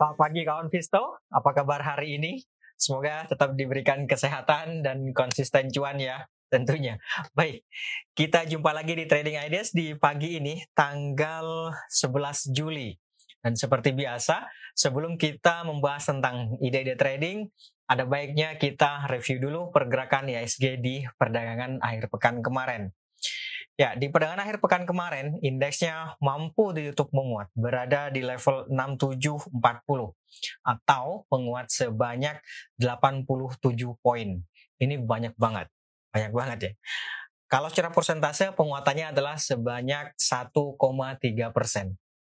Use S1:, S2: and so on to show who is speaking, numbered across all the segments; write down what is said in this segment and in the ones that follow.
S1: Selamat pagi kawan Visto, apa kabar hari ini? Semoga tetap diberikan kesehatan dan konsisten cuan ya tentunya. Baik, kita jumpa lagi di Trading Ideas di pagi ini tanggal 11 Juli. Dan seperti biasa, sebelum kita membahas tentang ide-ide trading, ada baiknya kita review dulu pergerakan IHSG di perdagangan akhir pekan kemarin. Ya, di perdagangan akhir pekan kemarin, indeksnya mampu ditutup menguat, berada di level 6740 atau menguat sebanyak 87 poin. Ini banyak banget ya. Kalau secara persentase penguatannya adalah sebanyak 1,3%.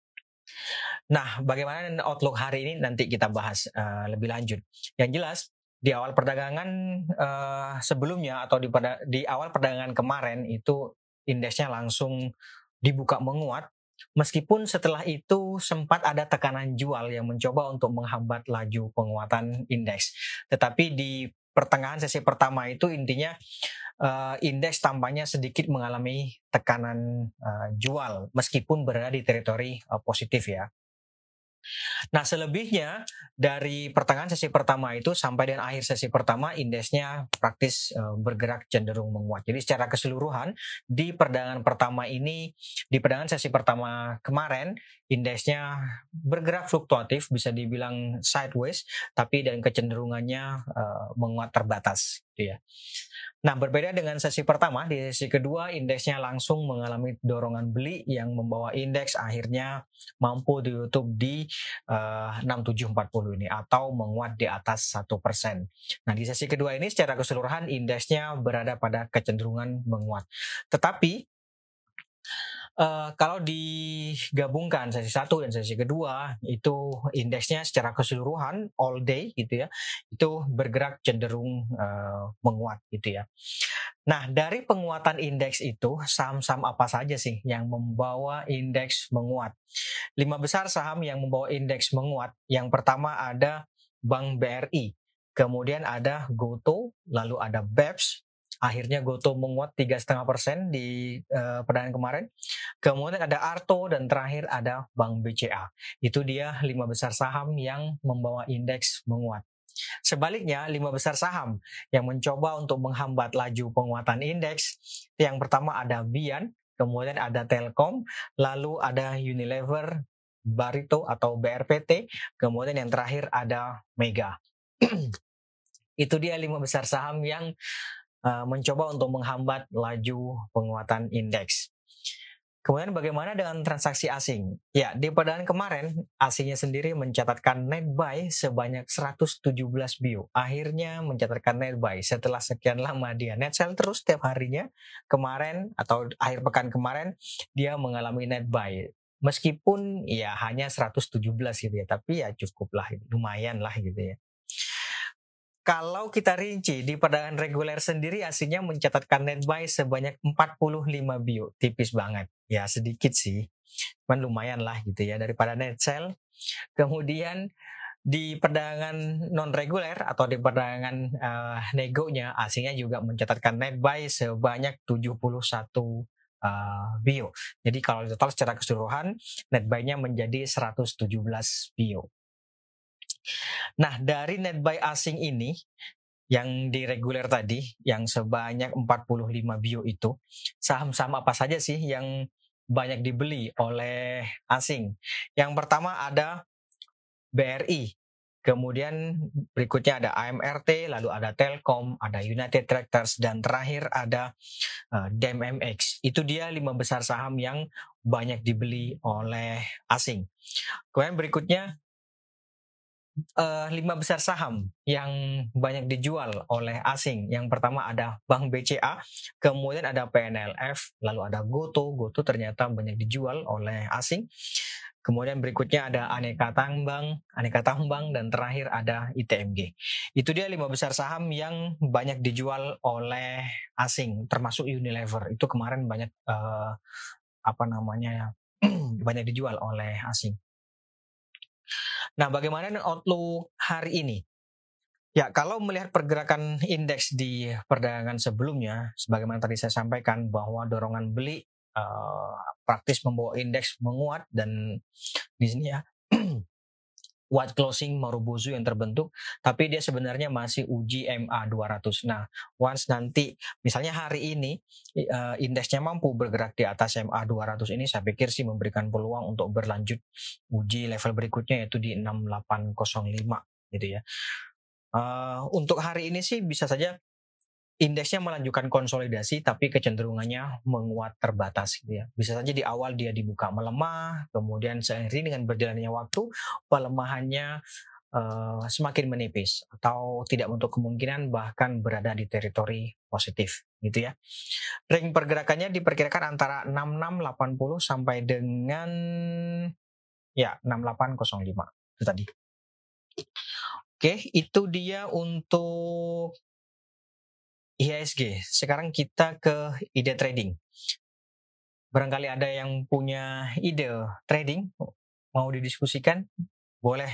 S1: Nah, bagaimana outlook hari ini nanti kita bahas lebih lanjut. Yang jelas di awal perdagangan sebelumnya atau di awal perdagangan kemarin itu indeksnya langsung dibuka menguat. Meskipun setelah itu sempat ada tekanan jual yang mencoba untuk menghambat laju penguatan indeks. Tetapi di pertengahan sesi pertama itu intinya indeks tampaknya sedikit mengalami tekanan jual meskipun berada di teritori positif ya. Nah, selebihnya dari pertengahan sesi pertama itu sampai dengan akhir sesi pertama indeksnya praktis bergerak cenderung menguat. Jadi secara keseluruhan di perdagangan pertama ini, di perdagangan sesi pertama kemarin indeksnya bergerak fluktuatif, bisa dibilang sideways, tapi dan kecenderungannya menguat terbatas gitu ya. Nah, berbeda dengan sesi pertama, di sesi kedua indeksnya langsung mengalami dorongan beli yang membawa indeks akhirnya mampu ditutup di 6740 ini atau menguat di atas 1%. Nah, di sesi kedua ini secara keseluruhan indeksnya berada pada kecenderungan menguat. Tetapi kalau digabungkan sesi 1 dan sesi kedua itu indeksnya secara keseluruhan all day gitu ya, itu bergerak cenderung menguat gitu ya. Nah, dari penguatan indeks itu saham-saham apa saja sih yang membawa indeks menguat? 5 besar saham yang membawa indeks menguat. Yang pertama ada Bank BRI, kemudian ada GoTo, lalu ada BEPS. Akhirnya GoTo menguat 3,5% di perdagangan kemarin. Kemudian ada Arto dan terakhir ada Bank BCA. Itu dia 5 besar saham yang membawa indeks menguat. Sebaliknya, 5 besar saham yang mencoba untuk menghambat laju penguatan indeks, yang pertama ada Bian, kemudian ada Telkom, lalu ada Unilever, Barito atau BRPT, kemudian yang terakhir ada Mega. Itu dia 5 besar saham yang mencoba untuk menghambat laju penguatan indeks. Kemudian bagaimana dengan transaksi asing? Ya, di perdagangan kemarin, asingnya sendiri mencatatkan net buy sebanyak 117 bio. Akhirnya mencatatkan net buy setelah sekian lama dia net sell terus setiap harinya. Kemarin atau akhir pekan kemarin, dia mengalami net buy. Meskipun ya hanya 117 gitu ya, tapi ya cukup lah, lumayan lah gitu ya. Kalau kita rinci, di perdagangan reguler sendiri aslinya mencatatkan net buy sebanyak 45 bio. Tipis banget. Ya sedikit sih. Cuman lumayan lah gitu ya daripada net sell. Kemudian di perdagangan non reguler atau di perdagangan negonya aslinya juga mencatatkan net buy sebanyak 71 bio. Jadi kalau total secara keseluruhan net buy-nya menjadi 117 bio. Nah, dari net buy asing ini yang di reguler tadi, yang sebanyak 45 bio itu, saham-saham apa saja sih yang banyak dibeli oleh asing? Yang pertama ada BRI, kemudian berikutnya ada AMRT, lalu ada Telkom, ada United Tractors, dan terakhir ada DMMX. Itu dia 5 besar saham yang banyak dibeli oleh asing. Kemudian berikutnya 5 besar saham yang banyak dijual oleh asing. Yang pertama ada Bank BCA, kemudian ada PNLF, lalu ada GoTo. GoTo ternyata banyak dijual oleh asing. Kemudian berikutnya ada Aneka Tambang, dan terakhir ada ITMG. Itu dia 5 besar saham yang banyak dijual oleh asing, termasuk Unilever. Itu kemarin banyak banyak dijual oleh asing. Nah, bagaimana dengan outlook hari ini? Ya, kalau melihat pergerakan indeks di perdagangan sebelumnya, sebagaimana tadi saya sampaikan bahwa dorongan beli praktis membawa indeks menguat dan di sini ya white closing Marubozu yang terbentuk, tapi dia sebenarnya masih uji MA 200. Nah, once nanti misalnya hari ini indeksnya mampu bergerak di atas MA 200 ini, saya pikir sih memberikan peluang untuk berlanjut uji level berikutnya, yaitu di 6805 gitu ya. Untuk hari ini sih bisa saja indeksnya melanjutkan konsolidasi, tapi kecenderungannya menguat terbatas gitu ya. Bisa saja di awal dia dibuka melemah, kemudian seiring dengan berjalannya waktu pelemahannya semakin menipis, atau tidak untuk kemungkinan bahkan berada di teritori positif gitu ya. Ring pergerakannya diperkirakan antara 6680 sampai dengan ya 6805 itu tadi. Oke, itu dia untuk IHSG. Sekarang kita ke ide trading. Barangkali ada yang punya ide trading mau didiskusikan, boleh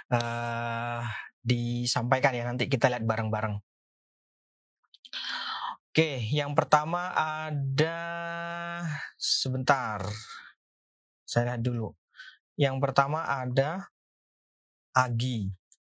S1: disampaikan ya, nanti kita lihat bareng-bareng. Oke, yang pertama ada, sebentar, saya lihat dulu. Yang pertama ada Agi.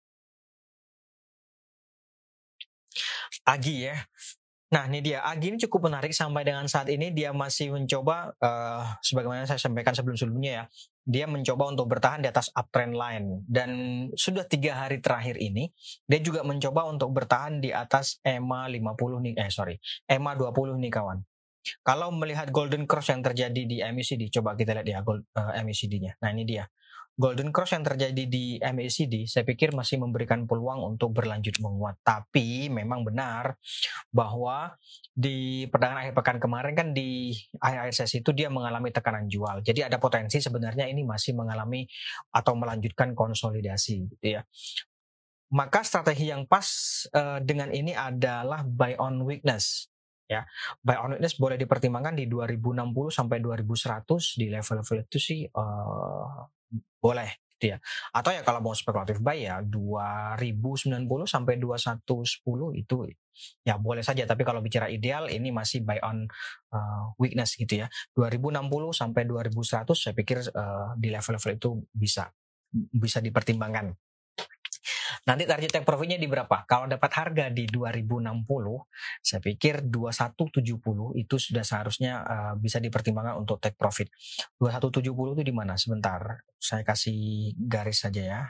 S1: Agi ya. Nah, ini dia. Agi ini cukup menarik sampai dengan saat ini dia masih mencoba, sebagaimana saya sampaikan sebelum-sebelumnya ya, dia mencoba untuk bertahan di atas uptrend line, dan sudah 3 hari terakhir ini dia juga mencoba untuk bertahan di atas EMA 50 nih, EMA 20 nih kawan. Kalau melihat golden cross yang terjadi di MACD, coba kita lihat ya MACD-nya. Nah, ini dia. Golden cross yang terjadi di MACD, saya pikir masih memberikan peluang untuk berlanjut menguat. Tapi memang benar bahwa di perdagangan akhir pekan kemarin kan, di akhir sesi itu dia mengalami tekanan jual. Jadi ada potensi sebenarnya ini masih mengalami atau melanjutkan konsolidasi gitu ya. Maka strategi yang pas dengan ini adalah buy on weakness. Ya, buy on weakness boleh dipertimbangkan di 2060 sampai 2100, di level-level itu sih boleh gitu ya. Atau ya kalau mau spekulatif buy ya 2090 sampai 2110 itu ya boleh saja, tapi kalau bicara ideal ini masih buy on weakness gitu ya. 2060 sampai 2100 saya pikir di level-level itu bisa dipertimbangkan. Nanti target take profitnya di berapa? Kalau dapat harga di 2060, saya pikir 2170 itu sudah seharusnya bisa dipertimbangkan untuk take profit. 2170 itu di mana? Sebentar, saya kasih garis saja ya.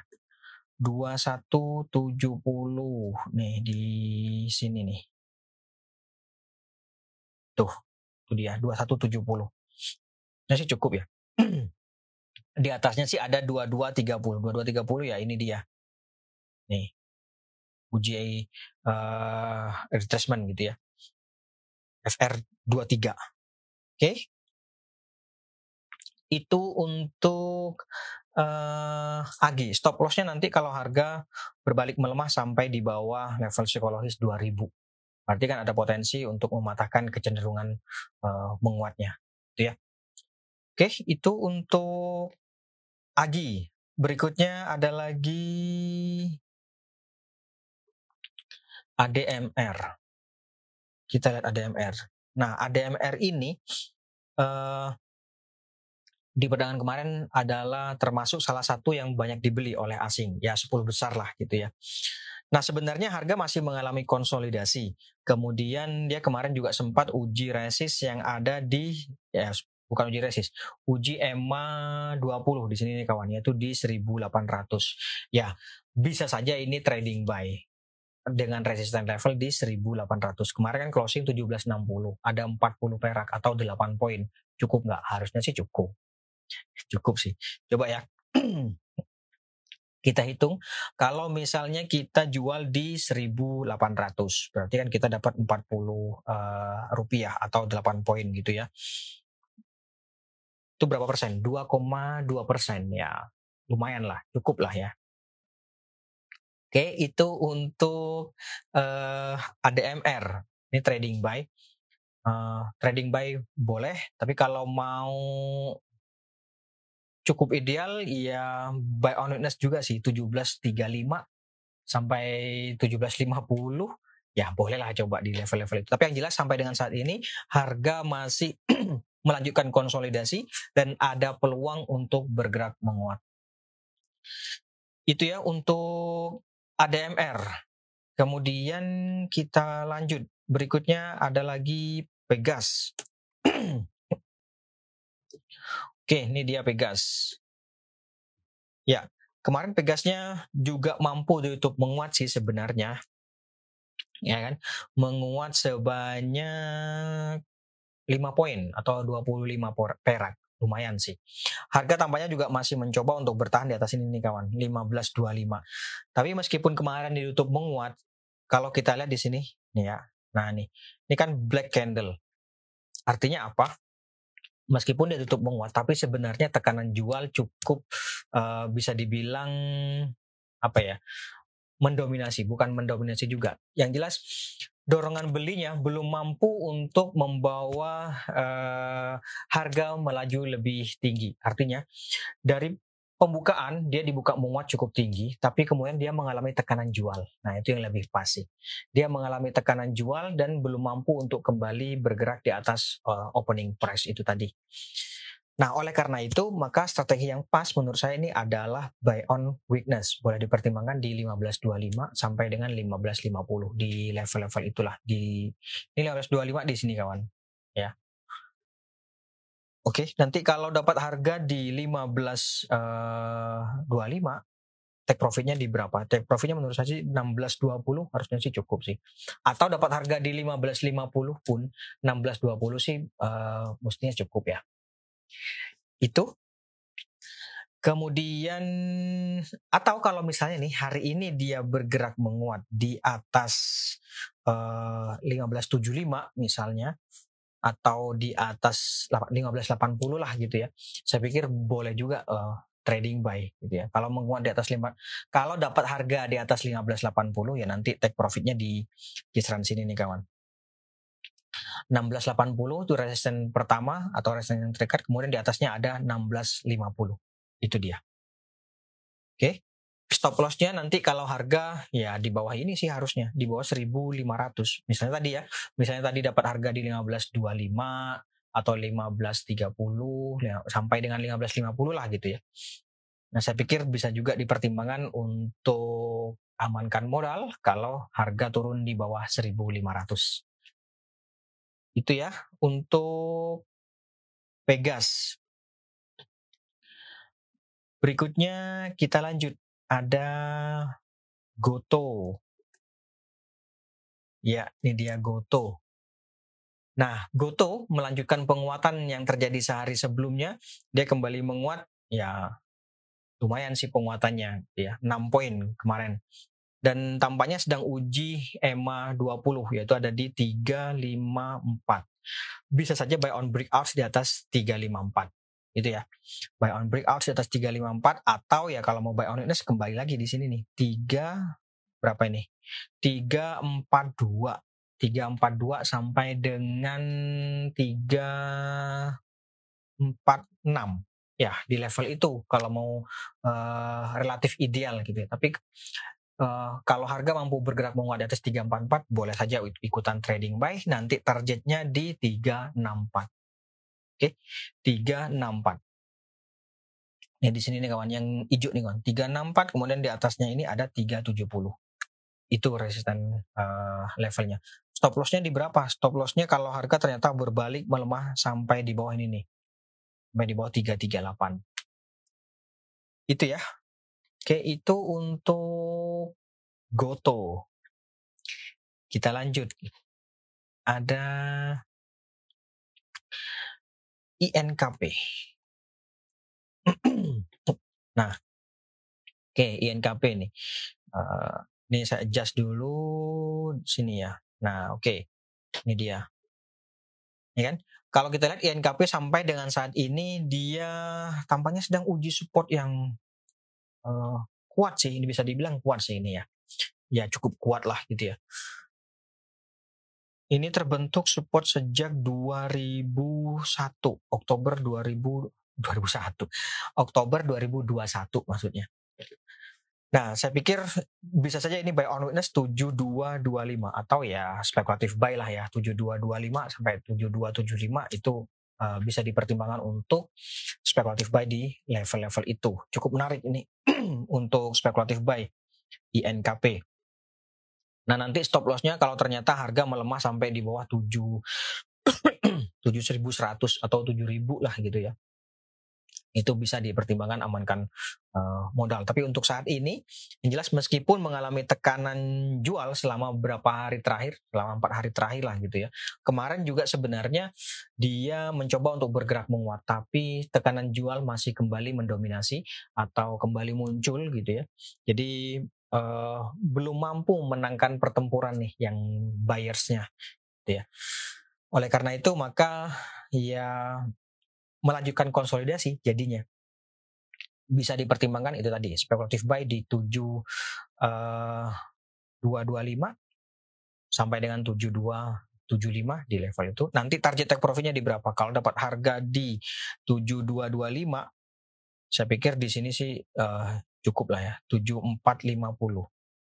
S1: 2170 nih di sini nih. Tuh, itu dia 2170. Nah sih cukup ya. Di atasnya sih ada 2230. 2230 ya ini dia. Nih. Uji retracement gitu ya. FR23. Oke. Itu untuk Agi. Stop loss-nya nanti kalau harga berbalik melemah sampai di bawah level psikologis 2000. Berarti kan ada potensi untuk mematahkan kecenderungan menguatnya. Gitu ya. Oke, itu untuk Agi. Berikutnya ada lagi ADMR. Kita lihat ADMR. Nah, ADMR ini di perdagangan kemarin adalah termasuk salah satu yang banyak dibeli oleh asing, ya 10 besar lah gitu ya. Nah, sebenarnya harga masih mengalami konsolidasi. Kemudian dia kemarin juga sempat uji resist yang ada di, ya bukan uji resist, uji EMA 20 di sini nih kawan, yaitu di 1800. Ya, bisa saja ini trading buy dengan resistance level di 1800. Kemarin kan closing 1760, ada 40 perak atau 8 poin. Cukup nggak? Harusnya sih cukup. Cukup sih. Coba ya. Kita hitung, kalau misalnya kita jual di 1800, berarti kan kita dapat 40 rupiah atau 8 poin gitu ya. Itu berapa persen? 2,2% ya. Lumayan lah, cukup lah ya. Oke, itu untuk ADMR. Ini trading buy. Trading buy boleh, tapi kalau mau cukup ideal ya buy on weakness juga sih, 1735 sampai 1750 ya bolehlah coba di level-level itu. Tapi yang jelas sampai dengan saat ini harga masih melanjutkan konsolidasi dan ada peluang untuk bergerak menguat. Itu ya untuk ADMR. Kemudian kita lanjut. Berikutnya ada lagi Pegas. Oke, ini dia Pegas. Ya, kemarin Pegasnya juga mampu ditutup menguat sih sebenarnya. Ya kan? Menguat sebanyak 5 poin atau 25 perak. Lumayan sih. Harga tampaknya juga masih mencoba untuk bertahan di atas ini nih kawan, 15.25. Tapi meskipun kemarin ditutup menguat, kalau kita lihat di sini nih ya. Nah, ini kan black candle. Artinya apa? Meskipun dia tutup menguat, tapi sebenarnya tekanan jual cukup bisa dibilang apa ya? Mendominasi, bukan mendominasi juga. Yang jelas dorongan belinya belum mampu untuk membawa harga melaju lebih tinggi. Artinya dari pembukaan dia dibuka menguat cukup tinggi, tapi kemudian dia mengalami tekanan jual. Nah, itu yang lebih pas sih. Dia mengalami tekanan jual dan belum mampu untuk kembali bergerak di atas opening price itu tadi. Nah, oleh karena itu, maka strategi yang pas menurut saya ini adalah buy on weakness. Boleh dipertimbangkan di 15.25 sampai dengan 15.50 di level-level itulah. Ini 15.25 di sini kawan. Ya. Oke, nanti kalau dapat harga di 15.25, take profitnya di berapa? Take profitnya menurut saya sih 16.20 harusnya sih cukup sih. Atau dapat harga di 15.50 pun 16.20 sih mestinya cukup ya. Itu. Kemudian atau kalau misalnya nih hari ini dia bergerak menguat di atas 15.75 misalnya atau di atas 15.80 lah gitu ya. Saya pikir boleh juga trading buy gitu ya. Kalau menguat di atas kalau dapat harga di atas 15.80 ya nanti take profitnya di kisaran sini nih kawan. 16.80 itu resisten pertama atau resisten yang terdekat, kemudian di atasnya ada 16.50. Itu dia. Oke. Stop loss-nya nanti kalau harga ya di bawah ini sih harusnya, di bawah 1.500. Misalnya tadi dapat harga di 15.25 atau 15.30 ya, sampai dengan 15.50 lah gitu ya. Nah, saya pikir bisa juga dipertimbangkan untuk amankan modal kalau harga turun di bawah 1.500. Itu ya untuk Pegas. Berikutnya kita lanjut. Ada Goto. Ya, ini dia Goto. Nah, Goto melanjutkan penguatan yang terjadi sehari sebelumnya. Dia kembali menguat, ya lumayan sih penguatannya, ya 6 poin kemarin. Dan tampaknya sedang uji EMA 20, yaitu ada di 354. Bisa saja buy on breakouts di atas 354. Itu ya. Buy on breakouts di atas 354 atau ya kalau mau buy on weakness kembali lagi di sini nih. berapa ini? 342 sampai dengan 346 ya di level itu kalau mau relatif ideal gitu ya. Tapi kalau harga mampu bergerak menguat di atas 344 boleh saja ikutan trading buy, nanti targetnya di 364. Oke, 364. Nah, di sini nih kawan yang hijau nih kawan, 364, kemudian di atasnya ini ada 370. Itu resisten levelnya. Stop loss-nya di berapa? Stop loss-nya kalau harga ternyata berbalik melemah sampai di bawah ini nih. Sampai di bawah 338. Itu ya. Oke, itu untuk Goto. Kita lanjut. Ada INKP. Nah, oke, INKP nih. Ini saya adjust dulu sini ya. Nah, oke. Ini dia. Ya kan? Kalau kita lihat INKP sampai dengan saat ini dia tampaknya sedang uji support yang kuat sih. Ini bisa dibilang kuat sih ini ya. Ya cukup kuat lah gitu ya. Ini terbentuk support sejak 2001, Oktober 2001. Oktober 2021 maksudnya. Nah, saya pikir bisa saja ini buy on weakness 7225 atau ya spekulatif buy lah ya 7225 sampai 7275 itu bisa dipertimbangkan untuk spekulatif buy di level-level itu. Cukup menarik ini untuk spekulatif buy di NKP. Nah, nanti stop loss-nya kalau ternyata harga melemah sampai di bawah 7.100 atau 7.000 lah gitu ya. Itu bisa dipertimbangkan amankan modal. Tapi untuk saat ini, yang jelas meskipun mengalami tekanan jual selama beberapa hari terakhir, selama 4 hari terakhir lah gitu ya. Kemarin juga sebenarnya dia mencoba untuk bergerak menguat, tapi tekanan jual masih kembali mendominasi atau kembali muncul gitu ya. Jadi belum mampu menangkan pertempuran nih yang buyers-nya gitu ya. Oleh karena itu maka ya melanjutkan konsolidasi jadinya bisa dipertimbangkan itu tadi spekulatif buy di 7.225 sampai dengan 7.275 di level itu. Nanti target take profitnya di berapa? Kalau dapat harga di 7.225 saya pikir di sini sih cukup lah ya, 7.450.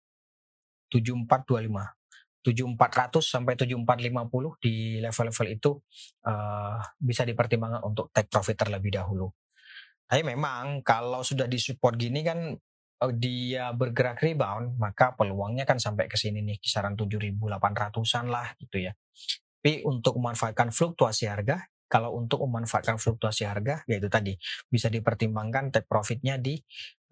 S1: 7.425. 7.400 sampai 7.450 di level-level itu bisa dipertimbangkan untuk take profit terlebih dahulu. Tapi memang kalau sudah disupport gini kan dia bergerak rebound, maka peluangnya kan sampai ke sini nih kisaran 7.800-an lah gitu ya. Tapi untuk memanfaatkan fluktuasi harga, kalau untuk memanfaatkan fluktuasi harga yaitu tadi bisa dipertimbangkan take profitnya di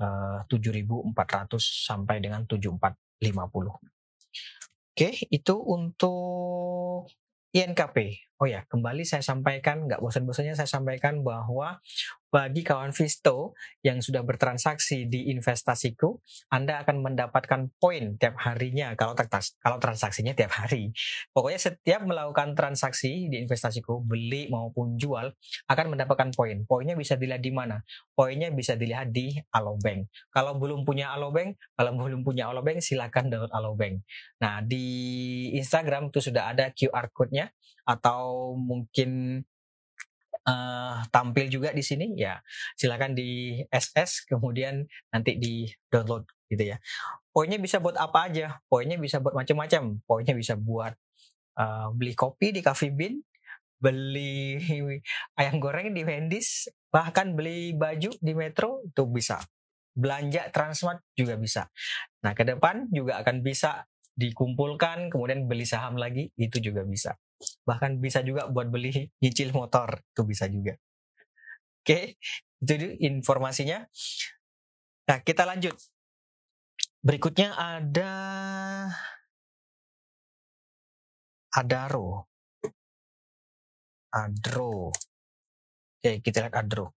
S1: 7.400 sampai dengan 7.450. Oke, itu untuk INKP. Oh ya, kembali saya sampaikan, nggak bosan-bosannya saya sampaikan bahwa bagi kawan Visto yang sudah bertransaksi di investasiku, Anda akan mendapatkan poin tiap harinya kalau transaksinya tiap hari. Pokoknya setiap melakukan transaksi di investasiku, beli maupun jual, akan mendapatkan poin. Poinnya bisa dilihat di mana? Poinnya bisa dilihat di Alobank. Kalau belum punya Alobank, silakan download Alobank. Nah, di Instagram itu sudah ada QR code-nya atau mungkin tampil juga di sini ya, silakan di SS kemudian nanti di download gitu ya. Poinnya bisa buat apa aja? Poinnya bisa buat macam-macam. Poinnya bisa buat beli kopi di Coffee Bean, beli ayam goreng di Wendy's, bahkan beli baju di Metro itu bisa. Belanja Transmart juga bisa. Nah, ke depan juga akan bisa dikumpulkan kemudian beli saham lagi, itu juga bisa. Bahkan bisa juga buat beli nyicil motor, itu bisa juga. Oke, itu informasinya. Nah, kita lanjut. Berikutnya ada Adaro. Oke, kita lihat Adro.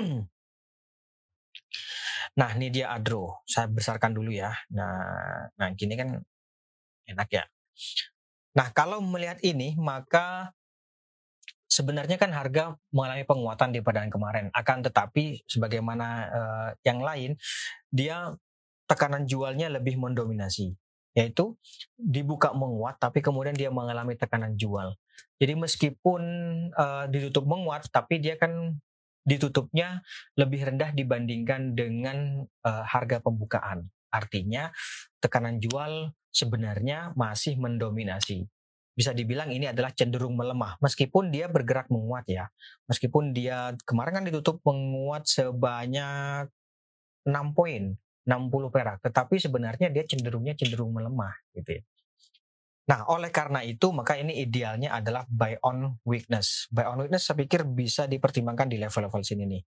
S1: Nah, ini dia Adro. Saya besarkan dulu ya. Nah gini kan enak ya. Nah, kalau melihat ini, maka sebenarnya kan harga mengalami penguatan di perdagangan kemarin. Akan tetapi, sebagaimana yang lain, dia tekanan jualnya lebih mendominasi. Yaitu dibuka menguat, tapi kemudian dia mengalami tekanan jual. Jadi meskipun ditutup menguat, tapi dia kan ditutupnya lebih rendah dibandingkan dengan harga pembukaan. Artinya tekanan jual sebenarnya masih mendominasi. Bisa dibilang ini adalah cenderung melemah meskipun dia bergerak menguat ya. Meskipun dia kemarin kan ditutup menguat sebanyak 6 poin, 60 perak, tetapi sebenarnya dia cenderung melemah gitu ya. Nah, oleh karena itu maka ini idealnya adalah buy on weakness. Buy on weakness saya pikir bisa dipertimbangkan di level-level sini nih.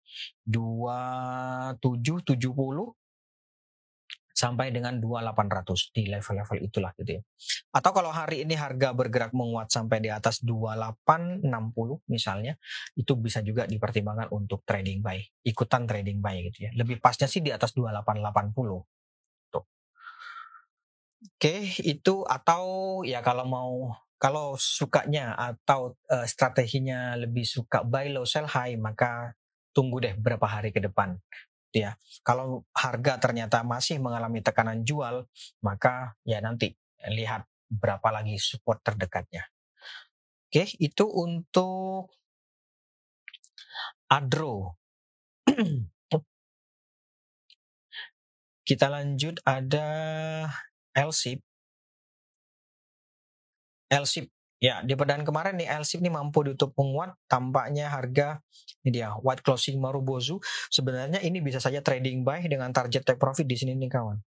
S1: 2770 sampai dengan 2800 di level-level itulah gitu ya. Atau kalau hari ini harga bergerak menguat sampai di atas 2860 misalnya, itu bisa juga dipertimbangkan untuk trading buy, ikutan trading buy gitu ya. Lebih pasnya sih di atas 2880. Tuh. Oke, itu atau ya kalau sukanya atau strateginya lebih suka buy low sell high, maka tunggu deh beberapa hari ke depan ya. Kalau harga ternyata masih mengalami tekanan jual, maka ya nanti lihat berapa lagi support terdekatnya. Oke, itu untuk Adro. Kita lanjut ada LSIP. LSIP Ya, di perdaan kemarin nih LSIP nih mampu ditutup menguat, tampaknya harga ini dia white closing Marubozu. Sebenarnya ini bisa saja trading buy dengan target take profit di sini nih kawan.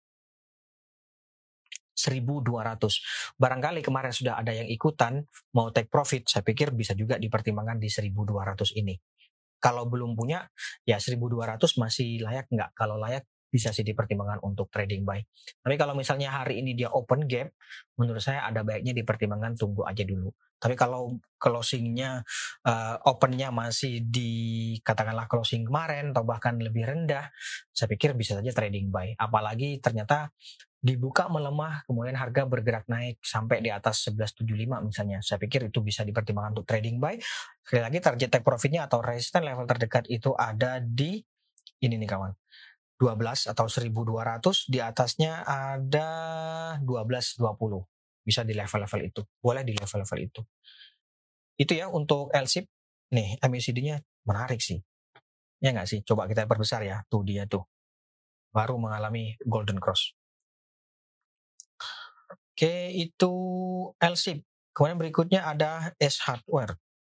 S1: 1.200. Barangkali kemarin sudah ada yang ikutan mau take profit, saya pikir bisa juga dipertimbangkan di 1.200 ini. Kalau belum punya, ya 1.200 masih layak nggak? Kalau layak, bisa sih dipertimbangkan untuk trading buy. Tapi kalau misalnya hari ini dia open gap, menurut saya ada baiknya dipertimbangkan tunggu aja dulu. Tapi kalau closingnya opennya masih di katakanlah closing kemarin atau bahkan lebih rendah, saya pikir bisa saja trading buy. Apalagi ternyata dibuka melemah, kemudian harga bergerak naik sampai di atas 11.75 misalnya. Saya pikir itu bisa dipertimbangkan untuk trading buy. Sekali lagi target take profitnya atau resistance level terdekat itu ada di ini nih kawan. 12 atau 1.200, di atasnya ada 12.20. Bisa di level-level itu. Boleh di level-level itu. Itu ya untuk LSIP. Nih, MACD-nya menarik sih. Ya nggak sih? Coba kita perbesar ya. Tuh dia tuh. Baru mengalami golden cross. Oke, itu LSIP. Kemudian berikutnya ada S Hardware.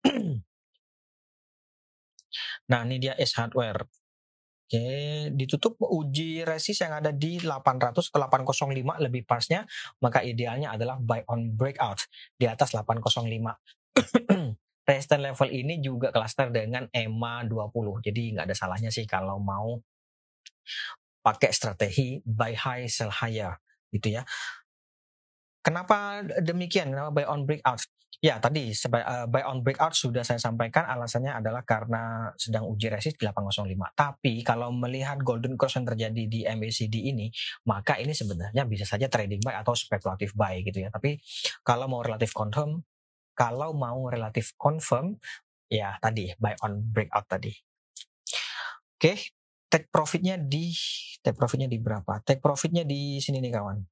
S1: Nah, ini dia S Hardware. Oke, ditutup uji resist yang ada di 800 ke 805 lebih pasnya, maka idealnya adalah buy on breakout di atas 805. Resistance level ini juga cluster dengan EMA 20. Jadi nggak ada salahnya sih kalau mau pakai strategi buy high sell higher gitu ya. Kenapa demikian? Kenapa buy on breakout? Ya, tadi buy on breakout sudah saya sampaikan alasannya adalah karena sedang uji resist di 805. Tapi kalau melihat golden cross yang terjadi di MACD ini, maka ini sebenarnya bisa saja trading buy atau speculative buy gitu ya. Tapi kalau mau relatif confirm, ya tadi buy on breakout tadi. Oke, take profitnya di berapa? Take profitnya di sini nih kawan.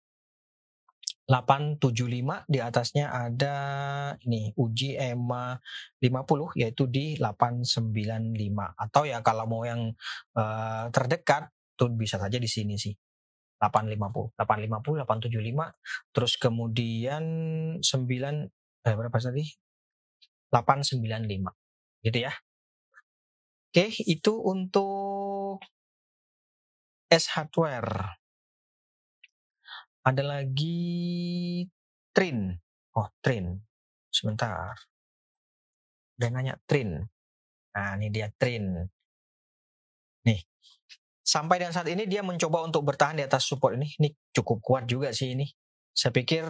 S1: 875, di atasnya ada ini uji EMA 50 yaitu di 895, atau ya kalau mau yang terdekat tuh bisa saja di sini sih 850, 875, terus kemudian 9 berapa tadi? 895 gitu ya. Oke, itu untuk S Hardware. Ada lagi Trin. Oh, Trin. Sebentar. Dia nanya Trin. Nah, ini dia Trin. Nih. Sampai dengan saat ini dia mencoba untuk bertahan di atas support ini. Ini cukup kuat juga sih ini. Saya pikir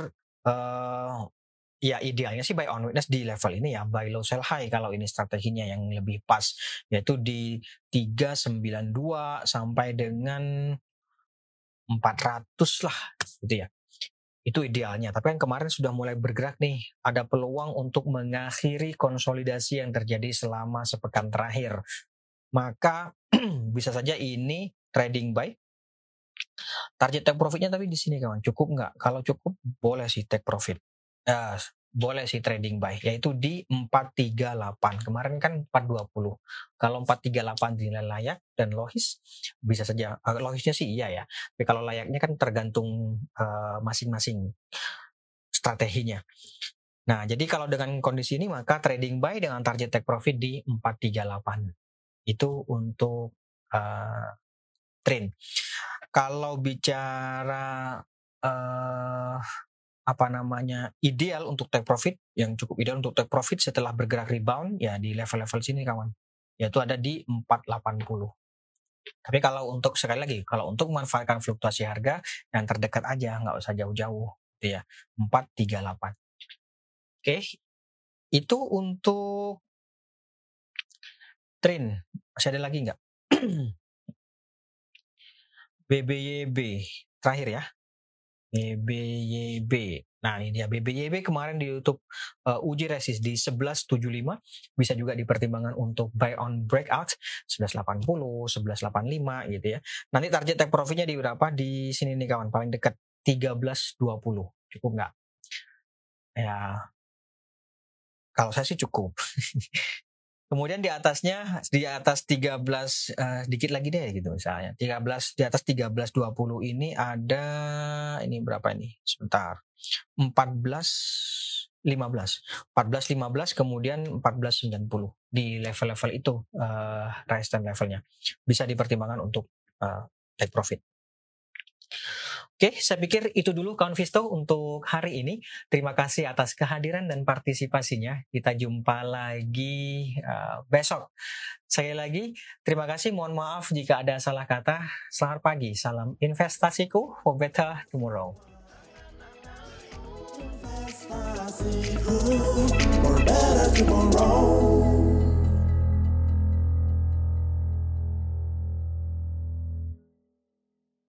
S1: ya idealnya sih buy on weakness di level ini ya, buy low sell high kalau ini strateginya yang lebih pas, yaitu di 392 sampai dengan 400 lah gitu ya. Itu idealnya. Tapi kan kemarin sudah mulai bergerak nih. Ada peluang untuk mengakhiri konsolidasi yang terjadi selama sepekan terakhir. Maka bisa saja ini trading buy. Target take profitnya tapi di sini kawan. Cukup nggak? Kalau cukup boleh sih take profit. Boleh sih trading buy, yaitu di 438. Kemarin kan 420. Kalau 438 dinilai layak dan logis, bisa saja. Logisnya sih iya ya. Tapi kalau layaknya kan tergantung masing-masing strateginya. Nah, jadi kalau dengan kondisi ini maka trading buy dengan target take profit di 438. Itu untuk trend. Kalau bicara ideal untuk take profit, yang cukup ideal untuk take profit setelah bergerak rebound ya di level-level sini kawan, yaitu ada di 480. Tapi kalau untuk sekali lagi, kalau untuk memanfaatkan fluktuasi harga yang terdekat aja, nggak usah jauh-jauh gitu ya, 438. Oke, itu untuk trend. Masih ada lagi nggak? BBYB terakhir ya. BBYB. Nah, ini dia BBYB kemarin di YouTube uji resist di 1175, bisa juga dipertimbangkan untuk buy on breakout 1180, 1185 gitu ya. Nanti target take profitnya di berapa? Di sini nih kawan, paling dekat 1320. Cukup nggak? Ya, kalau saya sih cukup. Kemudian di atasnya di atas 13 dikit lagi deh gitu misalnya. 13 di atas 1320 ini ada ini berapa ini? Sebentar. 1450 14.15 kemudian 14.90 di level-level itu resistance levelnya bisa dipertimbangkan untuk take profit. Oke, saya pikir itu dulu kawan Visto untuk hari ini. Terima kasih atas kehadiran dan partisipasinya. Kita jumpa lagi besok. Sekali lagi, terima kasih. Mohon maaf jika ada salah kata. Selamat pagi. Salam investasiku for better tomorrow.
S2: For better tomorrow.